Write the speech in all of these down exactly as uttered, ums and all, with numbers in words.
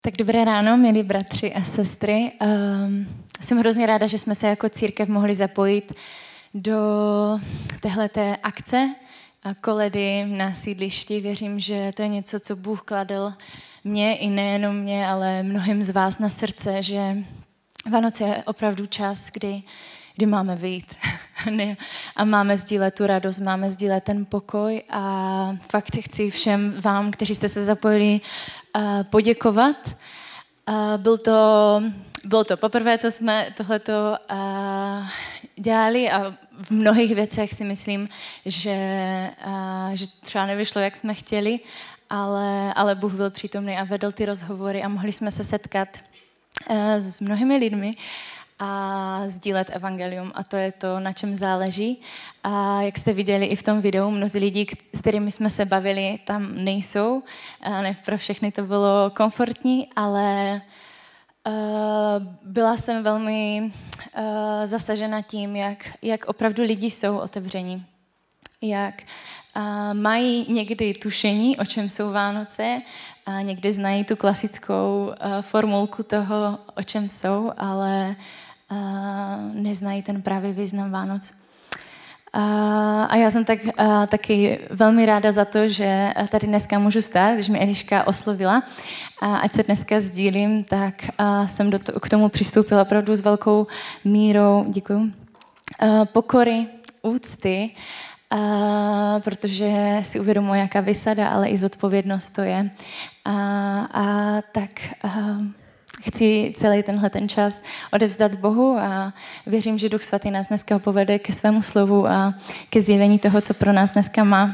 Tak dobré ráno, milí bratři a sestry. Um, jsem hrozně ráda, že jsme se jako církev mohli zapojit do téhleté akce a koledy na sídlišti. Věřím, že to je něco, co Bůh kladl mně i nejenom mě, ale mnohým z vás na srdce, že Vánoce je opravdu čas, kdy, kdy máme vyjít a máme sdílet tu radost, máme sdílet ten pokoj a fakt chci všem vám, kteří jste se zapojili, poděkovat. Byl to, bylo to poprvé, co jsme tohleto dělali a v mnohých věcech si myslím, že, že třeba nevyšlo, jak jsme chtěli, ale, ale Bůh byl přítomný a vedl ty rozhovory a mohli jsme se setkat s mnohými lidmi a sdílet evangelium a to je to, na čem záleží. A jak jste viděli i v tom videu, mnozí lidi, s kterými jsme se bavili, tam nejsou. A ne pro všechny to bylo komfortní, ale uh, byla jsem velmi uh, zasažena tím, jak, jak opravdu lidi jsou otevření. Jak uh, mají někdy tušení, o čem jsou Vánoce, a někdy znají tu klasickou uh, formulku toho, o čem jsou, ale uh, neznají ten pravý význam Vánoc. Uh, a já jsem tak, uh, taky velmi ráda za to, že tady dneska můžu stát, když mě Eliška oslovila. A ať se dneska sdílím, tak uh, jsem do to, k tomu přistoupila opravdu s velkou mírou, děkuju, uh, pokory, úcty, Uh, protože si uvědomuji, jaká vysada, ale i zodpovědnost to je. Uh, a tak uh, chci celý tenhle ten čas odevzdat Bohu a věřím, že Duch Svatý nás dneska povede ke svému slovu a ke zjevení toho, co pro nás dneska má.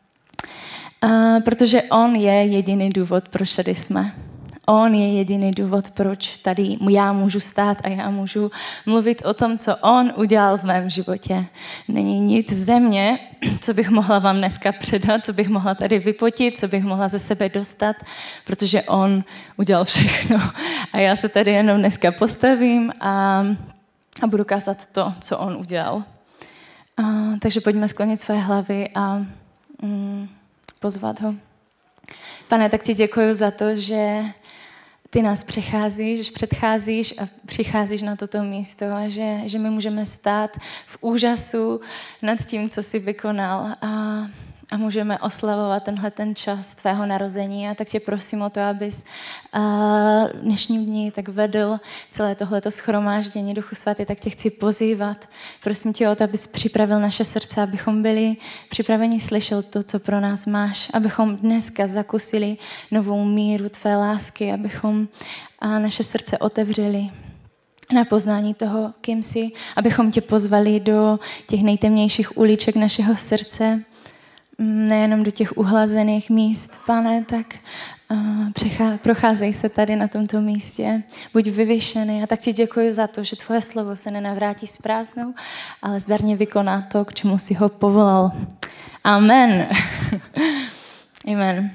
Uh, protože on je jediný důvod, proč tady jsme. On je jediný důvod, proč tady já můžu stát a já můžu mluvit o tom, co on udělal v mém životě. Není nic ze mě, co bych mohla vám dneska předat, co bych mohla tady vypotit, co bych mohla ze sebe dostat, protože on udělal všechno. A já se tady jenom dneska postavím a, a budu kázat to, co on udělal. A, takže pojďme sklonit své hlavy a mm, pozvat ho. Pane, tak ti děkuji za to, že ty nás přecházíš, předcházíš a přicházíš na toto místo a že, že my můžeme stát v úžasu nad tím, co jsi vykonal a, a můžeme oslavovat tenhle ten čas tvého narození. A tak tě prosím o to, abys a, dnešním dní tak vedl celé tohleto shromáždění Duchu Svatý, tak tě chci pozývat. Prosím tě o to, abys připravil naše srdce, abychom byli připraveni slyšet to, co pro nás máš, abychom dneska zakusili novou míru tvé lásky, abychom a, naše srdce otevřeli na poznání toho, kým jsi, abychom tě pozvali do těch nejtemnějších uliček našeho srdce, nejenom do těch uhlazených míst, Pane, tak uh, přechá, procházej se tady na tomto místě, buď vyvyšený a tak ti děkuji za to, že tvoje slovo se nenavrátí s prázdnou, ale zdarně vykoná to, k čemu jsi ho povolal. Amen. Amen.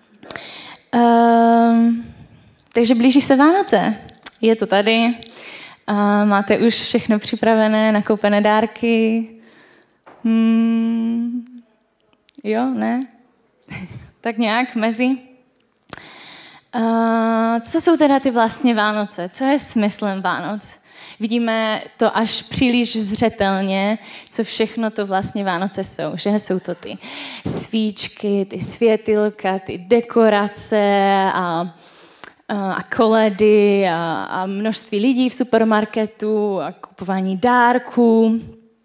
Um, takže blíží se Vánoce. Je to tady. Uh, máte už všechno připravené, nakoupené dárky. Hmm. Jo, ne? Tak nějak mezi. Uh, co jsou teda ty vlastně Vánoce? Co je smyslem Vánoc? Vidíme to až příliš zřetelně, co všechno to vlastně Vánoce jsou. Že jsou to ty svíčky, ty světýlka, ty dekorace a, a, a koledy a, a množství lidí v supermarketu a kupování dárků,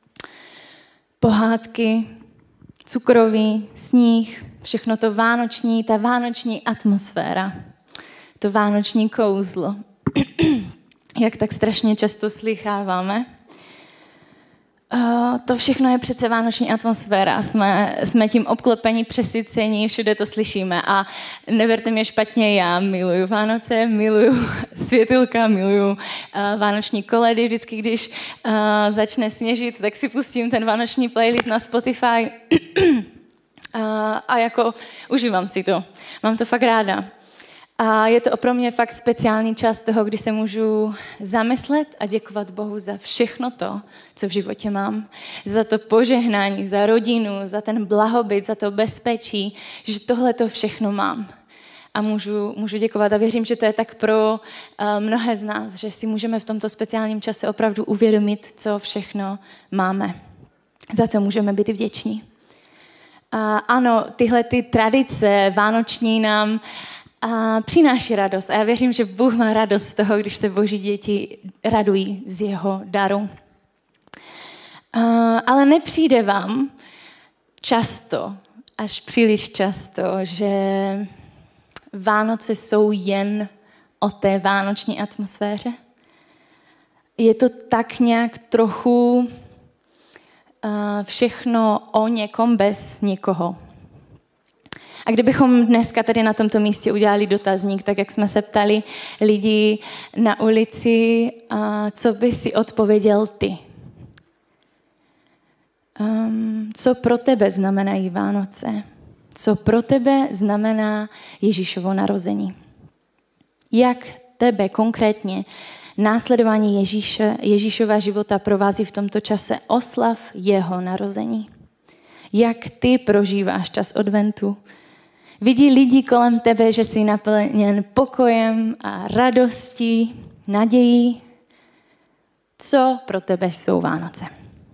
pohádky, cukroví, sníh, všechno to vánoční, ta vánoční atmosféra, to vánoční kouzlo, jak tak strašně často slycháváme. Uh, to všechno je přece vánoční atmosféra. Jsme, jsme tím obklopení, přesycení, všude to slyšíme. A neberte mě špatně, já miluju Vánoce, miluju světýlka, miluju uh, vánoční koledy. Vždycky, když uh, začne sněžit, tak si pustím ten vánoční playlist na Spotify uh, a jako užívám si to. Mám to fakt ráda. A je to pro mě fakt speciální čas toho, kdy se můžu zamyslet a děkovat Bohu za všechno to, co v životě mám. Za to požehnání, za rodinu, za ten blahobyt, za to bezpečí, že tohle to všechno mám. a můžu, můžu děkovat. A věřím, že to je tak pro uh, mnohé z nás, že si můžeme v tomto speciálním čase opravdu uvědomit, co všechno máme, za co můžeme být vděční. A ano, tyhle ty tradice vánoční nám a přináší radost. A já věřím, že Bůh má radost z toho, když se Boží děti radují z jeho daru. A, ale nepřijde vám často, až příliš často, že Vánoce jsou jen o té vánoční atmosféře? Je to tak nějak trochu uh, všechno o někom bez někoho. A kdybychom dneska tady na tomto místě udělali dotazník, tak jak jsme se ptali lidí na ulici, uh, co by si odpověděl ty? Um, co pro tebe znamenají Vánoce? Co pro tebe znamená Ježíšovo narození? Jak tebe konkrétně následování Ježíše, Ježíšova života provází v tomto čase oslav jeho narození? Jak ty prožíváš čas adventu? Vidí lidi kolem tebe, že jsi naplněn pokojem a radostí, nadějí? Co pro tebe jsou Vánoce?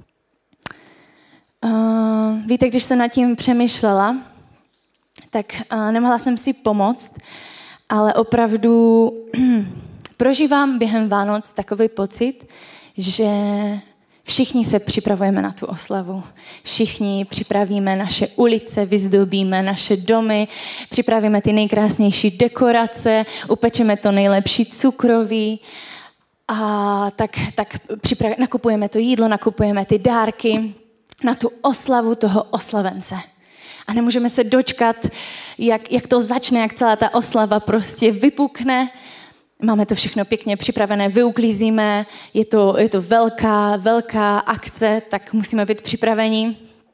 Uh, víte, když jsem nad tím přemýšlela, tak uh, nemohla jsem si pomoct, ale opravdu prožívám během Vánoc takový pocit, že všichni se připravujeme na tu oslavu. Všichni připravíme naše ulice, vyzdobíme naše domy, připravíme ty nejkrásnější dekorace, upečeme to nejlepší cukroví a tak, tak připrav, nakupujeme to jídlo, nakupujeme ty dárky na tu oslavu toho oslavence. A nemůžeme se dočkat, jak, jak to začne, jak celá ta oslava prostě vypukne. Máme to všechno pěkně připravené, vyuklízíme, je to, je to velká, velká akce, tak musíme být připraveni.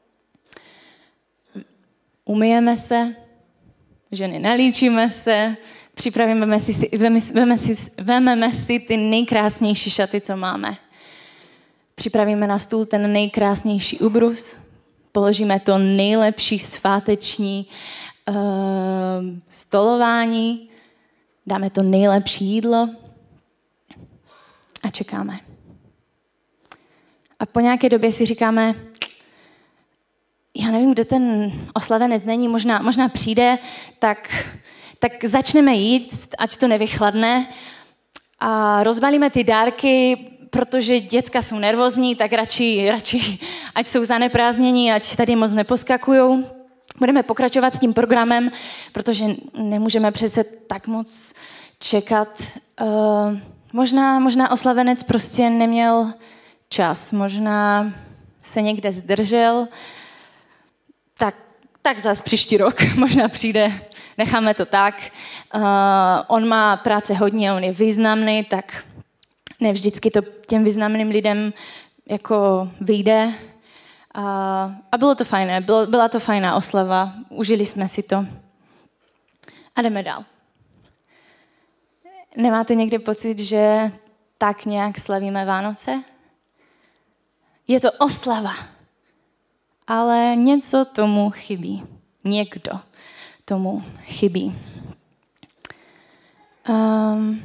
Umyjeme se, ženy nalíčíme se, připravíme si, vememe si, vememe si ty nejkrásnější šaty, co máme. Připravíme na stůl ten nejkrásnější ubrus, položíme to nejlepší sváteční uh, stolování, dáme to nejlepší jídlo a čekáme. A po nějaké době si říkáme, já nevím, kde ten oslavenec není, možná, možná přijde, tak, tak začneme jít, ať to nevychladne a rozbalíme ty dárky, protože děcka jsou nervózní, tak radši, radši ať jsou zaneprázdnění, ať tady moc neposkakujou. Budeme pokračovat s tím programem, protože nemůžeme přece tak moc čekat. Uh, možná, možná oslavenec prostě neměl čas, možná se někde zdržel, tak, tak zas příští rok možná přijde, necháme to tak. Uh, on má práce hodně, on je významný, tak ne vždycky to těm významným lidem jako vyjde. A, a bylo to fajné, bylo, byla to fajná oslava, užili jsme si to. A jdeme dál. Nemáte někdy pocit, že tak nějak slavíme Vánoce? Je to oslava, ale něco tomu chybí. Někdo tomu chybí. Um,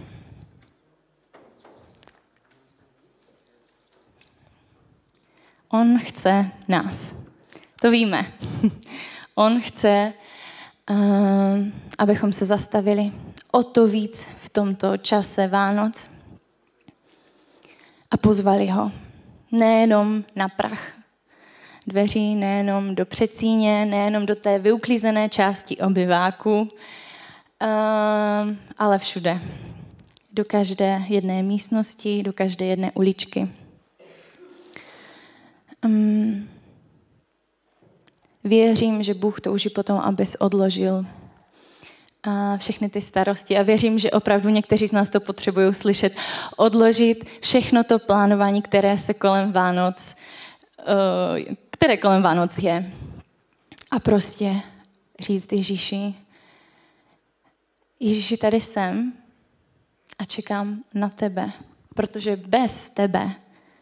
On chce nás. To víme. On chce, uh, abychom se zastavili o to víc v tomto čase Vánoc a pozvali ho. Nejenom na prach dveří, nejenom do předsíně, nejenom do té vyuklízené části obyváku, uh, ale všude. Do každé jedné místnosti, do každé jedné uličky. Um, věřím, že Bůh touží potom, abys odložil a všechny ty starosti. A věřím, že opravdu někteří z nás to potřebují slyšet. Odložit všechno to plánování, které se kolem Vánoc, uh, které kolem Vánoc je. A prostě říct Ježíši, Ježíši, tady jsem a čekám na tebe, protože bez tebe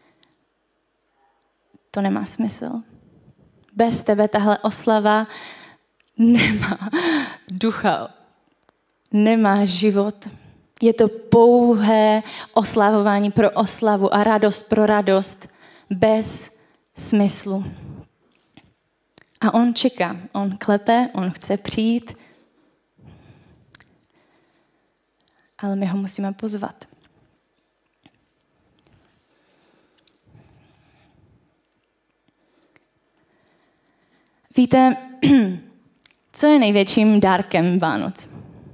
to nemá smysl. Bez tebe tahle oslava nemá ducha. nemá život. Je to pouhé oslavování pro oslavu a radost pro radost bez smyslu. A on čeká, on klepe, on chce přijít, ale my ho musíme pozvat. Víte, co je největším dárkem Vánoc?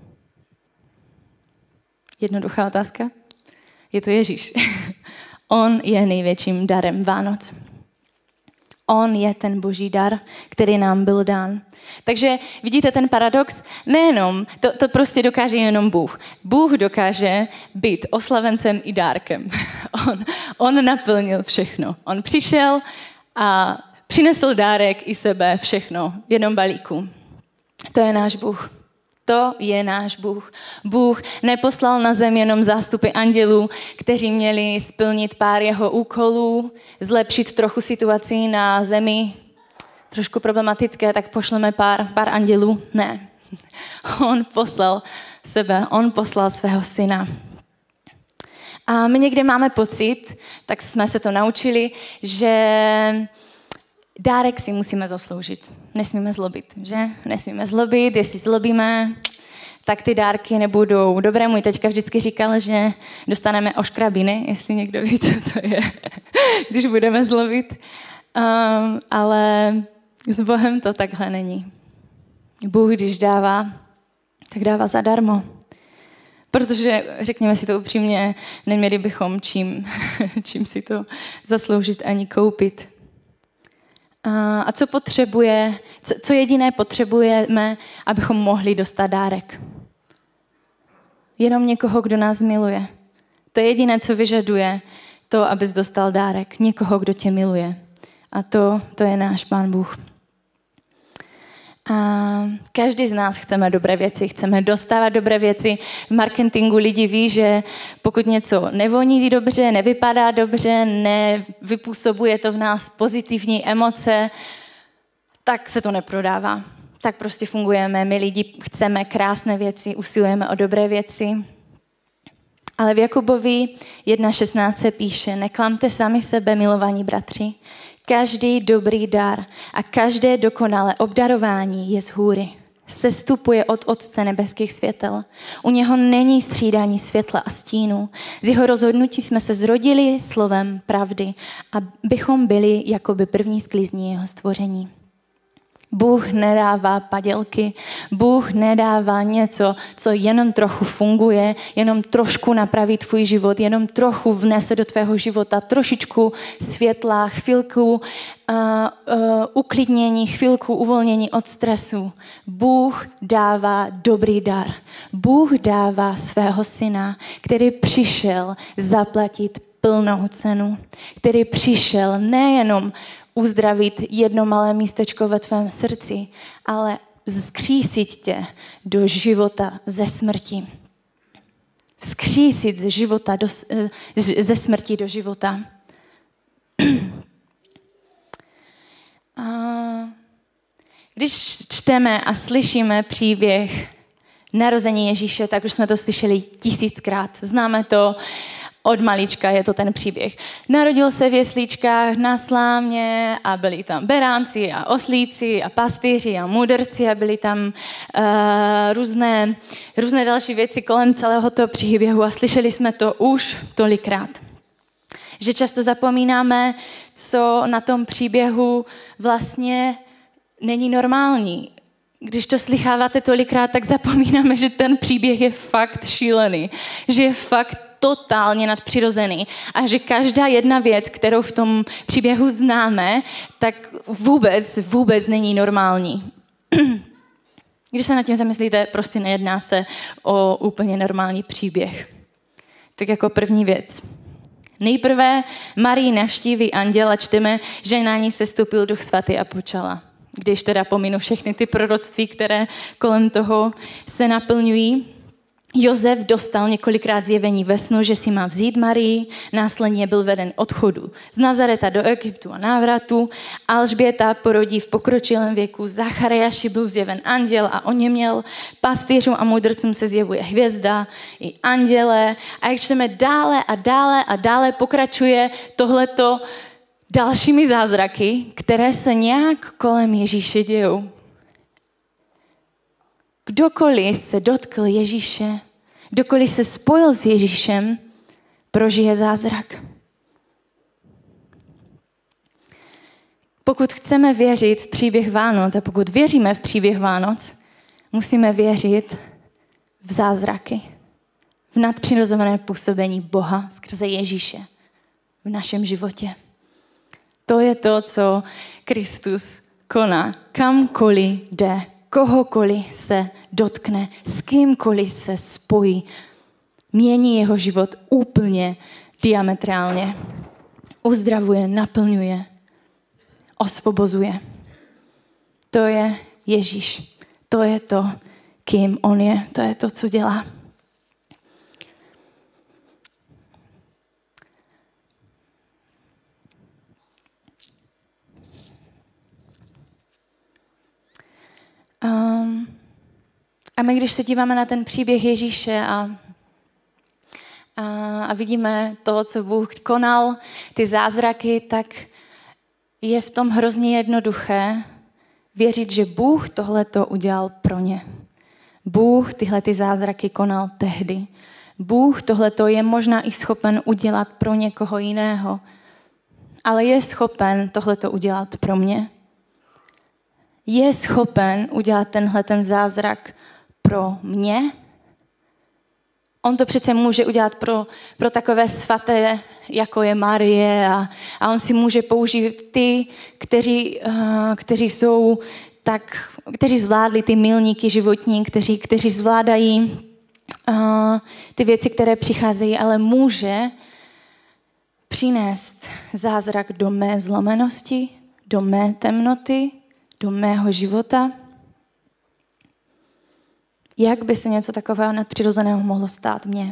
Jednoduchá otázka. Je to Ježíš. On je největším darem Vánoc. On je ten boží dar, který nám byl dán. Takže vidíte ten paradox? Nejenom, to, to prostě dokáže jenom Bůh. Bůh dokáže být oslavencem i dárkem. On, on naplnil všechno. On přišel a přinesl dárek i sebe, všechno v jednom balíku. To je náš Bůh. To je náš Bůh. Bůh neposlal na zem jenom zástupy andělů, kteří měli splnit pár jeho úkolů, zlepšit trochu situaci na zemi. Trošku problematické, tak pošleme pár, pár andělů. Ne. On poslal sebe, on poslal svého syna. A my někde máme pocit, tak jsme se to naučili, že dárek si musíme zasloužit. Nesmíme zlobit, že? Nesmíme zlobit, jestli zlobíme, tak ty dárky nebudou dobré. Můj teďka vždycky říkal, že dostaneme oškrabiny, jestli někdo ví, co to je, když budeme zlobit. Um, ale s Bohem to takhle není. Bůh, když dává, tak dává zadarmo. Protože, řekněme si to upřímně, neměli bychom čím, čím si to zasloužit ani koupit. A co potřebuje, co, co jediné potřebujeme, abychom mohli dostat dárek? Jenom někoho, kdo nás miluje. To je jediné, co vyžaduje to, abys dostal dárek. Někoho, kdo tě miluje. A to, to je náš Pán Bůh. A každý z nás chceme dobré věci, chceme dostávat dobré věci. V marketingu lidi ví, že pokud něco nevoní dobře, nevypadá dobře, nevypůsobuje to v nás pozitivní emoce, tak se to neprodává. Tak prostě fungujeme. My lidi chceme krásné věci, usilujeme o dobré věci. Ale v Jakubovi jedna šestnáct se píše: neklamte sami sebe, milovaní bratři. Každý dobrý dar a každé dokonalé obdarování je z hůry. Sestupuje od Otce nebeských světel. U něho není střídání světla a stínu. Z jeho rozhodnutí jsme se zrodili slovem pravdy, abychom byli jakoby první sklízní jeho stvoření. Bůh nedává padělky, Bůh nedává něco, co jenom trochu funguje, jenom trošku napraví tvůj život, jenom trochu vnese do tvého života trošičku světla, chvilku uh, uh, uklidnění, chvilku uvolnění od stresu. Bůh dává dobrý dar. Bůh dává svého syna, který přišel zaplatit plnou cenu, který přišel nejenom uzdravit jedno malé místečko ve tvém srdci, ale vzkřísit tě do života ze smrti. Vzkřísit ze, života do, ze smrti do života. A když čteme a slyšíme příběh narození Ježíše, tak už jsme to slyšeli tisíckrát. Známe to. Od malička je to ten příběh. Narodil se v jesličkách na slámě a byli tam beránci a oslíci a pastýři a mudrci a byly tam uh, různé, různé další věci kolem celého toho příběhu a slyšeli jsme to už tolikrát. Že často zapomínáme, co na tom příběhu vlastně není normální. Když to slycháváte tolikrát, tak zapomínáme, že ten příběh je fakt šílený, že je fakt totálně nadpřirozený a že každá jedna věc, kterou v tom příběhu známe, tak vůbec, vůbec není normální. Když se nad tím zamyslíte, prostě nejedná se o úplně normální příběh. Tak jako první věc. Nejprve Marii navštíví anděl a čteme, že na ní sestupil Duch svatý a počala. Když teda pominu všechny ty proroctví, které kolem toho se naplňují. Josef dostal několikrát zjevení ve snu, že si má vzít Marii, následně byl veden odchodu z Nazareta do Egyptu a návratu. Alžběta porodí v pokročilém věku, Zachariáši byl zjeven anděl a oněměl, pastýřům a mudrcům se zjevuje hvězda i anděle. A jak čteme dále a dále a dále, pokračuje tohleto dalšími zázraky, které se nějak kolem Ježíše dějou. Kdokoliv se dotkl Ježíše, kdokoliv se spojil s Ježíšem, prožije zázrak. Pokud chceme věřit v příběh Vánoc a pokud věříme v příběh Vánoc, musíme věřit v zázraky, v nadpřirozené působení Boha skrze Ježíše v našem životě. To je to, co Kristus koná, kamkoliv jde, kohokoliv se dotkne, s kýmkoliv se spojí. Mění jeho život úplně diametrálně. Uzdravuje, naplňuje, osvobozuje. To je Ježíš. To je to, kým on je. To je to, co dělá. Um, a my, když se díváme na ten příběh Ježíše a, a, a vidíme to, co Bůh konal, ty zázraky, tak je v tom hrozně jednoduché věřit, že Bůh tohleto udělal pro ně. Bůh tyhle ty zázraky konal tehdy. Bůh tohleto je možná i schopen udělat pro někoho jiného, ale je schopen tohleto udělat pro mě. Je schopen udělat tenhle ten zázrak pro mě. On to přece může udělat pro, pro takové svaté, jako je Marie a, a on si může použít ty, kteří, uh, kteří jsou tak, kteří zvládli ty milníky životní, kteří, kteří zvládají uh, ty věci, které přicházejí, ale může přinést zázrak do mé zlomenosti, do mé temnoty, do mého života. Jak by se něco takového nadpřirozeného mohlo stát mně?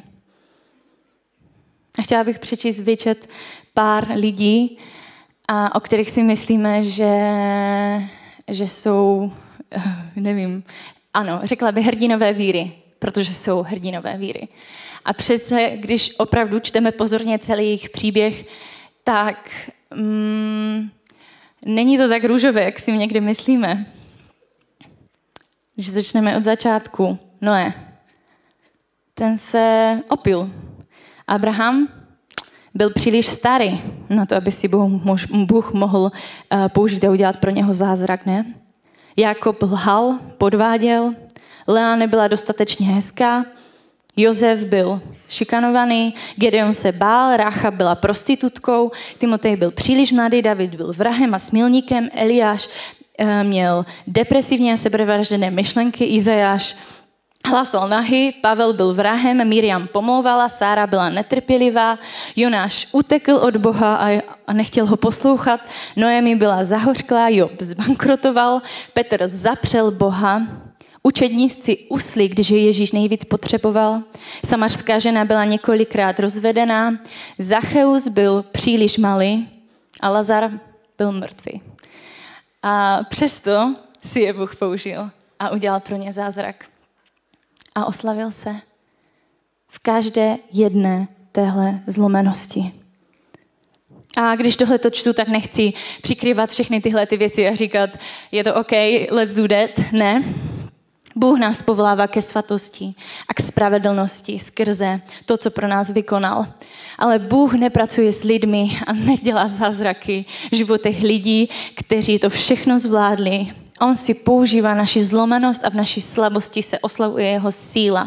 A chtěla bych přečíst výčet pár lidí, a o kterých si myslíme, že, že jsou, nevím, ano, řekla bych hrdinové víry, protože jsou hrdinové víry. A přece, když opravdu čteme pozorně celý jejich příběh, tak mm, není to tak růžové, jak si někdy myslíme. Když začneme od začátku, Noé, ten se opil. Abraham byl příliš starý na to, aby si Bůh, Bůh mohl použít a udělat pro něho zázrak, ne? Jakob lhal, podváděl, Lea nebyla dostatečně hezká, Josef byl šikanovaný, Gedeon se bál, Rácha byla prostitutkou, Timotej byl příliš mladý, David byl vrahem a smilníkem, Eliáš e, měl depresivní a sebevražedné myšlenky, Izajáš hlásal nahy, Pavel byl vrahem, Miriam pomlouvala, Sára byla netrpělivá, Jonáš utekl od Boha a, a nechtěl ho poslouchat, Noemi byla zahořklá, Job zbankrotoval, Petr zapřel Boha, učedníci usli, když je Ježíš nejvíc potřeboval. Samařská žena byla několikrát rozvedená. Zacheus byl příliš malý a Lazar byl mrtvý. A přesto si je Bůh použil a udělal pro ně zázrak. A oslavil se v každé jedné téhle zlomenosti. A když tohle to čtu, tak nechci přikrývat všechny tyhle ty věci a říkat, je to OK, let's do that. Ne. Bůh nás povolává ke svatosti a k spravedlnosti skrze to, co pro nás vykonal. Ale Bůh nepracuje s lidmi a nedělá zázraky v životech lidí, kteří to všechno zvládli. On si používá naši zlomenost a v naší slabosti se oslavuje jeho síla.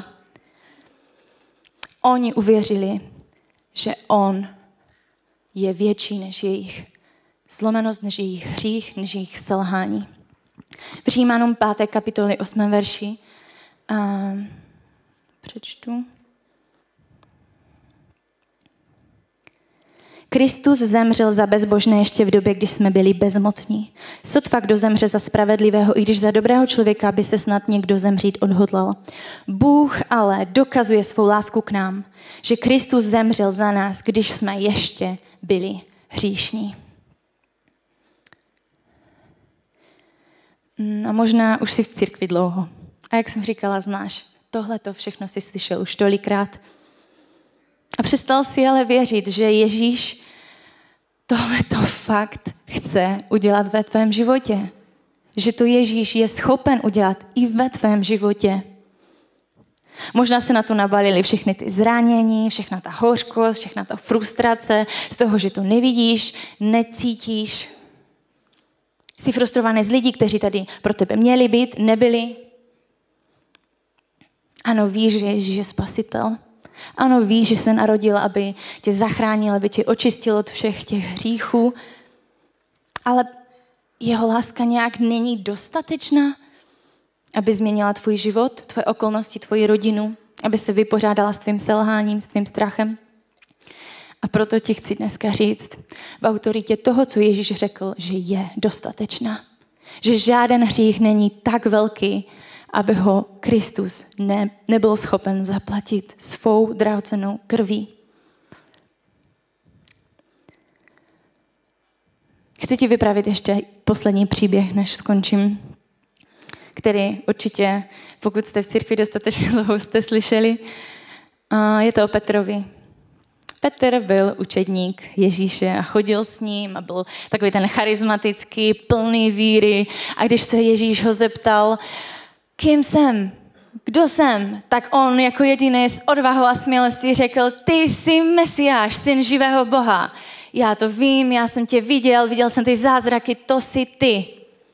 Oni uvěřili, že on je větší než jejich zlomenost, než jejich hřích, než jejich selhání. V Římanům páté kapitoly osmém verši a přečtu. Kristus zemřel za bezbožné ještě v době, kdy jsme byli bezmocní. Sotva kdo zemře za spravedlivého, i když za dobrého člověka by se snad někdo zemřít odhodlal. Bůh ale dokazuje svou lásku k nám, že Kristus zemřel za nás, když jsme ještě byli hříšní. A možná už jsi v církvi dlouho. A jak jsem říkala, znáš, tohle to všechno jsi slyšel už tolikrát. A přestal si ale věřit, že Ježíš tohle to fakt chce udělat ve tvém životě. Že to Ježíš je schopen udělat i ve tvém životě. Možná se na to nabalili všechny ty zranění, všechna ta hořkost, všechna ta frustrace z toho, že to nevidíš, necítíš. Jsi frustrovaný z lidí, kteří tady pro tebe měli být, nebyli. Ano, víš, že Ježíš je spasitel. Ano, víš, že se narodil, aby tě zachránil, aby tě očistil od všech těch hříchů. Ale jeho láska nějak není dostatečná, aby změnila tvůj život, tvoje okolnosti, tvoji rodinu, aby se vypořádala s tvým selháním, s tvým strachem. A proto ti chci dneska říct v autoritě toho, co Ježíš řekl, že je dostatečná. Že žádný hřích není tak velký, aby ho Kristus ne, nebyl schopen zaplatit svou drahocennou krví. Chci ti vyprávět ještě poslední příběh, než skončím, který určitě, pokud jste v církvi dostatečně dlouho, jste slyšeli. Je to o Petrovi. Petr byl učedník Ježíše a chodil s ním a byl takový ten charismatický, plný víry. A když se Ježíš ho zeptal, kým jsem, kdo jsem, tak on jako jediný s odvahou a smělostí řekl, ty jsi Mesiáš, syn živého Boha. Já to vím, já jsem tě viděl, viděl jsem ty zázraky, to jsi ty.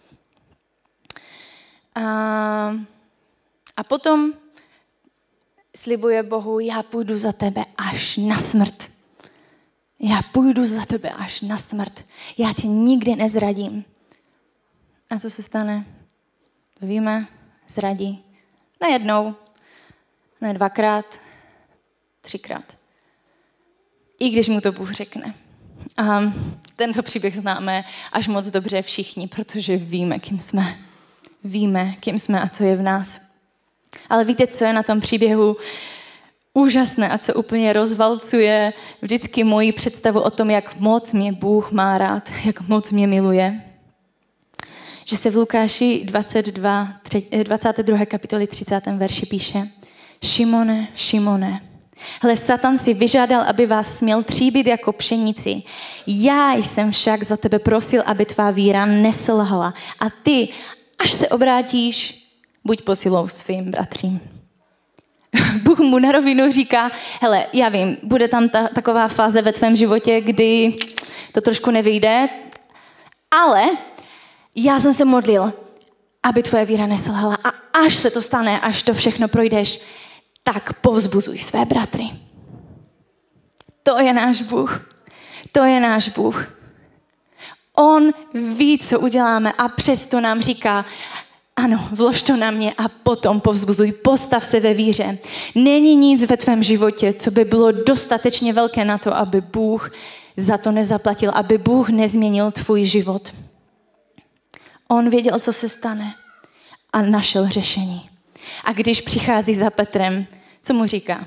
A, a potom slibuje Bohu, já půjdu za tebe až na smrt. Já půjdu za tebe až na smrt. Já tě nikdy nezradím. A co se stane? To víme, zradí. Ne jednou, ne dvakrát, třikrát. I když mu to Bůh řekne. A tento příběh známe až moc dobře všichni, protože víme, kým jsme. Víme, kým jsme a co je v nás. Ale víte, co je na tom příběhu úžasné a co úplně rozvalcuje vždycky moji představu o tom, jak moc mě Bůh má rád, jak moc mě miluje. Že se v Lukáši dvacet dva, dvacáté druhé kapitoly třicátém verši píše: Šimone, Šimone, hle, Satan si vyžádal, aby vás směl tříbit jako pšenici. Já jsem však za tebe prosil, aby tvá víra neselhala. A ty, až se obrátíš, buď posilou svým bratřím. Bůh mu na rovinu říká, hele, já vím, bude tam ta, taková fáze ve tvém životě, kdy to trošku nevyjde, ale já jsem se modlil, aby tvoje víra neselhala. A až se to stane, až to všechno projdeš, tak povzbuzuj své bratry. To je náš Bůh. To je náš Bůh. On ví, co uděláme a přesto nám říká, ano, vlož to na mě a potom povzbuzuj, postav se ve víře. Není nic ve tvém životě, co by bylo dostatečně velké na to, aby Bůh za to nezaplatil, aby Bůh nezměnil tvůj život. On věděl, co se stane a našel řešení. A když přichází za Petrem, co mu říká?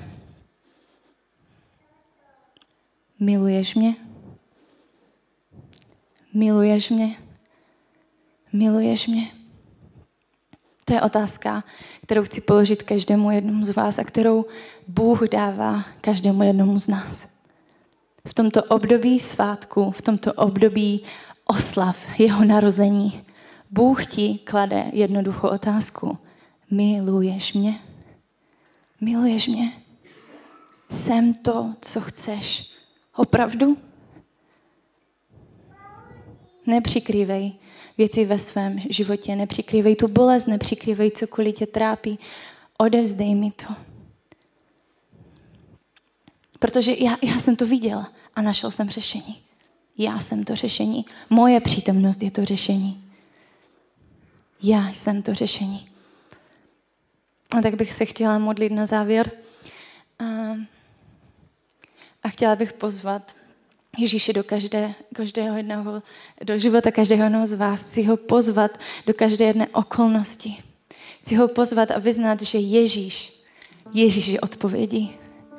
Miluješ mě? Miluješ mě? Miluješ mě? To je otázka, kterou chci položit každému jednomu z vás a kterou Bůh dává každému jednomu z nás. V tomto období svátku, v tomto období oslav jeho narození, Bůh ti klade jednoduchou otázku. Miluješ mě? Miluješ mě? Jsem to, co chceš. Opravdu? Nepřikrývej věci ve svém životě, nepřikrývej tu bolest, nepřikrývej cokoliv tě trápí. Odevzdej mi to. Protože já, já jsem to viděl a našel jsem řešení. Já jsem to řešení. Moje přítomnost je to řešení. Já jsem to řešení. A tak bych se chtěla modlit na závěr. A, a chtěla bych pozvat Ježíši, do každé, každého jednoho, do života každého jednoho z vás chci ho pozvat do každé jedné okolnosti. Chci ho pozvat a vyznat, že Ježíš, Ježíš je odpovědí.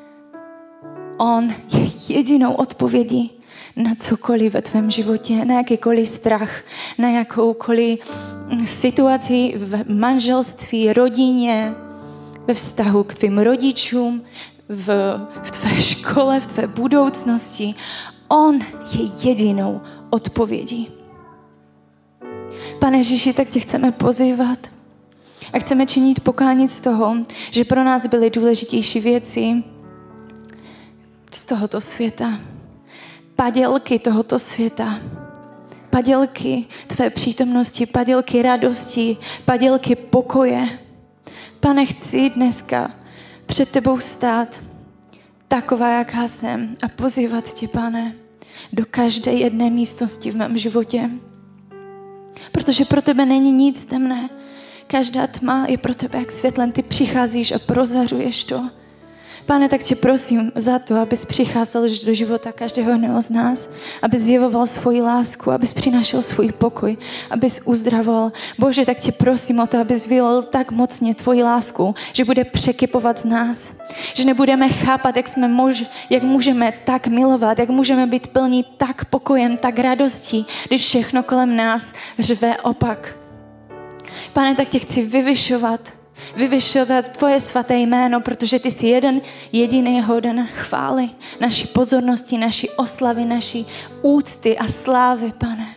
On je jedinou odpovědí na cokoliv ve tvém životě, na jakýkoliv strach, na jakoukoliv situaci v manželství, rodině, ve vztahu k tvým rodičům, v, v tvé škole, v tvé budoucnosti. On je jedinou odpovědí. Pane Ježíši, tak tě chceme pozývat a chceme činit pokání z toho, že pro nás byly důležitější věci z tohoto světa. Padělky tohoto světa. Padělky tvé přítomnosti, padělky radosti, padělky pokoje. Pane, chci dneska před tebou stát taková, jaká jsem a pozývat tě, Pane, do každé jedné místnosti v mém životě. Protože pro tebe není nic temné. Každá tma je pro tebe jak světlem. Ty přicházíš a prozařuješ to. Pane, tak tě prosím za to, abys přicházel do života každého jednoho z nás, abys zjevoval svoji lásku, abys přinášel svůj pokoj, abys uzdravoval. Bože, tak tě prosím o to, abys vylil tak mocně tvoji lásku, že bude překypovat z nás. Že nebudeme chápat, jak, jsme mož, jak můžeme tak milovat, jak můžeme být plní tak pokojem, tak radostí, když všechno kolem nás řve opak. Pane, tak tě chci vyvyšovat, vyvyšovat tvoje svaté jméno, protože ty jsi jeden jediný hoden chvály, naší pozornosti, naší oslavy, naší úcty a slávy, Pane.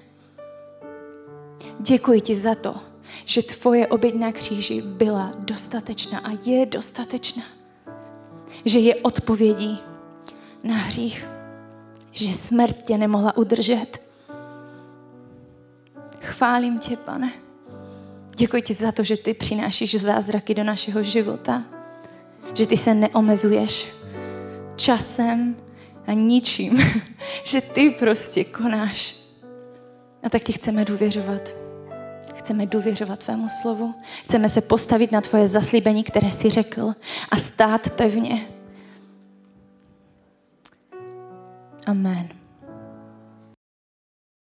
Děkuji ti za to, že tvoje oběť na kříži byla dostatečná a je dostatečná. Že je odpovědí na hřích, že smrt tě nemohla udržet. Chválím tě, Pane. Děkuji ti za to, že ty přinášíš zázraky do našeho života. Že ty se neomezuješ časem a ničím. Že ty prostě konáš. A tak ti chceme důvěřovat. Chceme důvěřovat tvému slovu. Chceme se postavit na tvoje zaslíbení, které jsi řekl a stát pevně. Amen.